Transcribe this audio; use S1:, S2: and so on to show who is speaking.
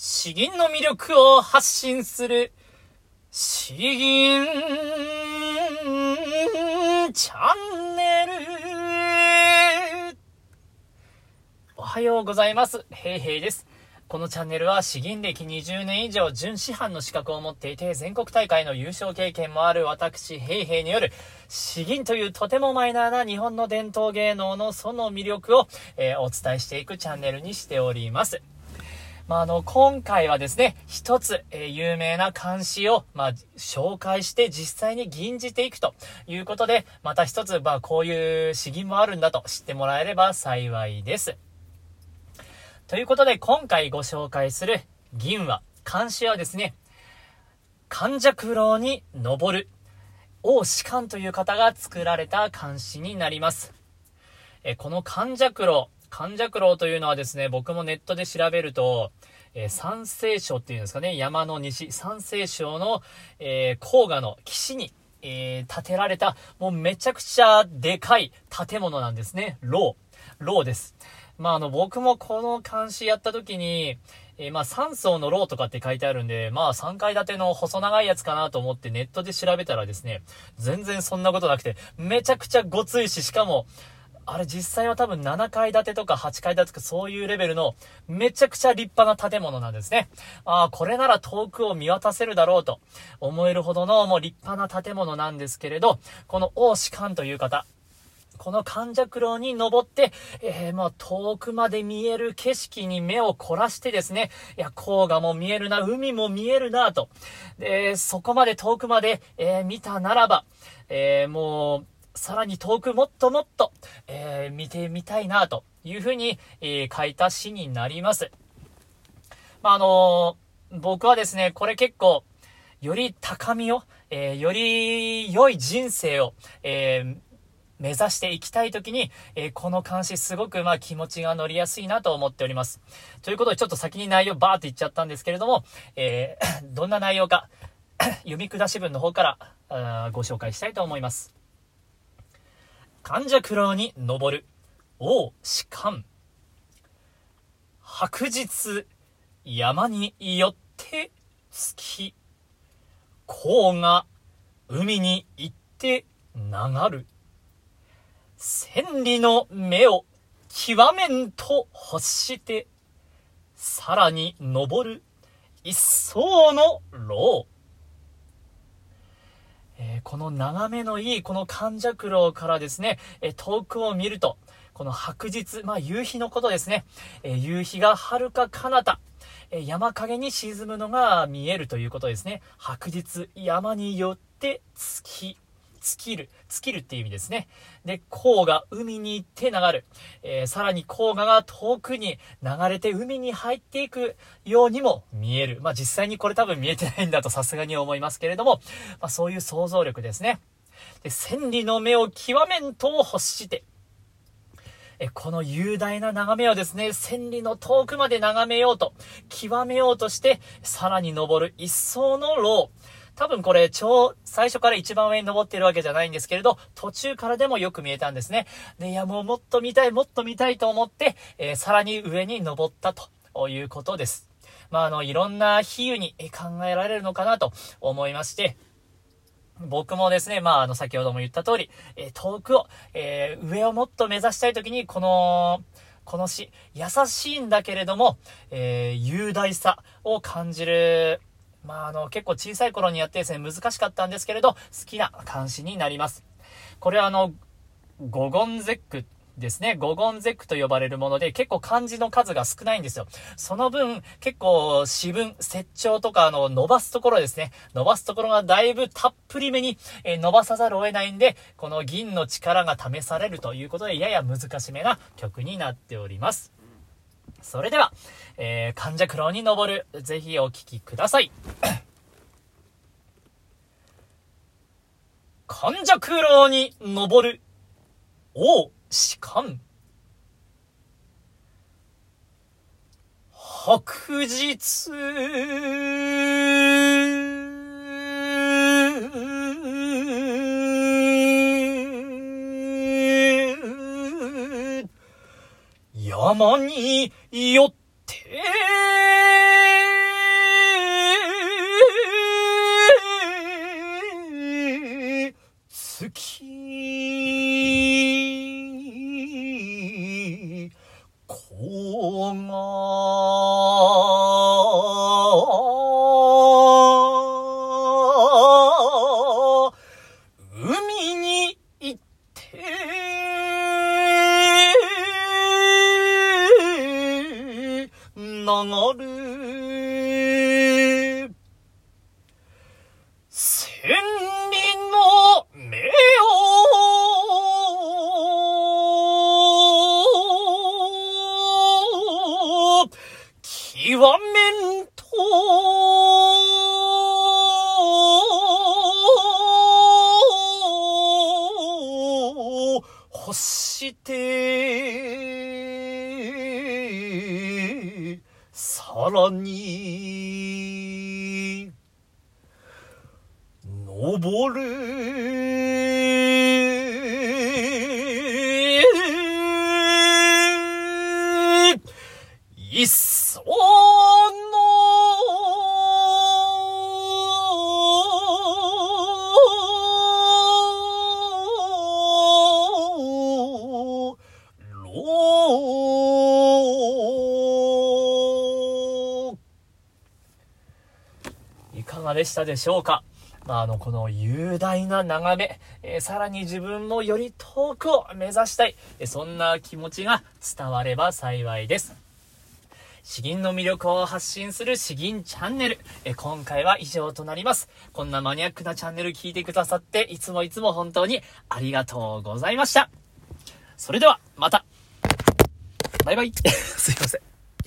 S1: 詩吟の魅力を発信する詩吟チャンネル。おはようございます。ヘイヘイです。このチャンネルは詩吟歴20年以上準師範の資格を持っていて全国大会の優勝経験もある私ヘイヘイによる詩吟というとてもマイナーな日本の伝統芸能のその魅力を、お伝えしていくチャンネルにしております。今回はですね、一つ、有名な漢詩を、紹介して実際に吟じていくということで、また一つ、こういう詩吟もあるんだと知ってもらえれば幸いです。ということで、今回ご紹介する漢詩はですね、関尺楼に登る王士官という方が作られた漢詩になります。この関尺楼というのはですね、僕もネットで調べると、山西省っていうんですかね、山の西、山西省の、黄河の岸に、建てられた、もうめちゃくちゃでかい建物なんですね。楼です。僕もこの漢詩やった時に、3層の楼とかって書いてあるんで、3階建ての細長いやつかなと思ってネットで調べたらですね、全然そんなことなくて、めちゃくちゃごついし、しかも、あれ実際は多分7階建てとか8階建てとかそういうレベルのめちゃくちゃ立派な建物なんですね。これなら遠くを見渡せるだろうと思えるほどのもう立派な建物なんですけれど、この王士官という方、この関尺楼に登って、遠くまで見える景色に目を凝らしてですね、黄河も見えるな、海も見えるなと。で、そこまで遠くまで、見たならば、もう、さらに遠くもっともっと、見てみたいなというふうに、書いた詩になります。僕はですね、これ結構、より高みを、より良い人生を、目指していきたいときに、この漢詩すごく気持ちが乗りやすいなと思っております。ということでちょっと先に内容バーって言っちゃったんですけれども、どんな内容か読み下し文の方からご紹介したいと思います。関尺楼に登る王士官。白日山によって月。黄河海に行って流る。千里の目を極めんと欲して、さらに登る一層の楼。この眺めのいいこの関尺楼からですね、遠くを見ると、この白日、夕日のことですね、夕日が遥か彼方、山陰に沈むのが見えるということですね。白日、山によって尽きるっていう意味ですね。で、黄河、海に行って流る。さらに黄河が遠くに流れて海に入っていくようにも見える。実際にこれ多分見えてないんだとさすがに思いますけれども、そういう想像力ですね。で、千里の目を極めんと欲して、この雄大な眺めをですね、千里の遠くまで眺めようと、極めようとして、さらに登る一層の楼。多分これ最初から一番上に登っているわけじゃないんですけれど、途中からでもよく見えたんですね。で、もうもっと見たいと思って、さらに上に登ったということです。いろんな比喩に考えられるのかなと思いまして、僕もですね、先ほども言った通り、遠くを、上をもっと目指したいときに、この詩、優しいんだけれども、雄大さを感じる、結構小さい頃にやってですね、難しかったんですけれど、好きな漢詩になります。これは五言絶句ですね。五言絶句と呼ばれるもので、結構漢字の数が少ないんですよ。その分、結構詩文、節調とか伸ばすところですね。伸ばすところがだいぶたっぷりめに、伸ばさざるを得ないんで、この吟の力が試されるということで、やや難しめな曲になっております。それでは、関尺楼に登る、ぜひお聴きください。関尺楼に登る王士官。白日山によって月子が海に行って流る千里の目を極めんと欲してさらに登る一層いかがでしたでしょうか。この雄大な眺め、さらに自分もより遠くを目指したい、そんな気持ちが伝われば幸いです。詩吟の魅力を発信する詩吟チャンネル、今回は以上となります。こんなマニアックなチャンネル聞いてくださっていつも本当にありがとうございました。それではまた。バイバイ。すいません。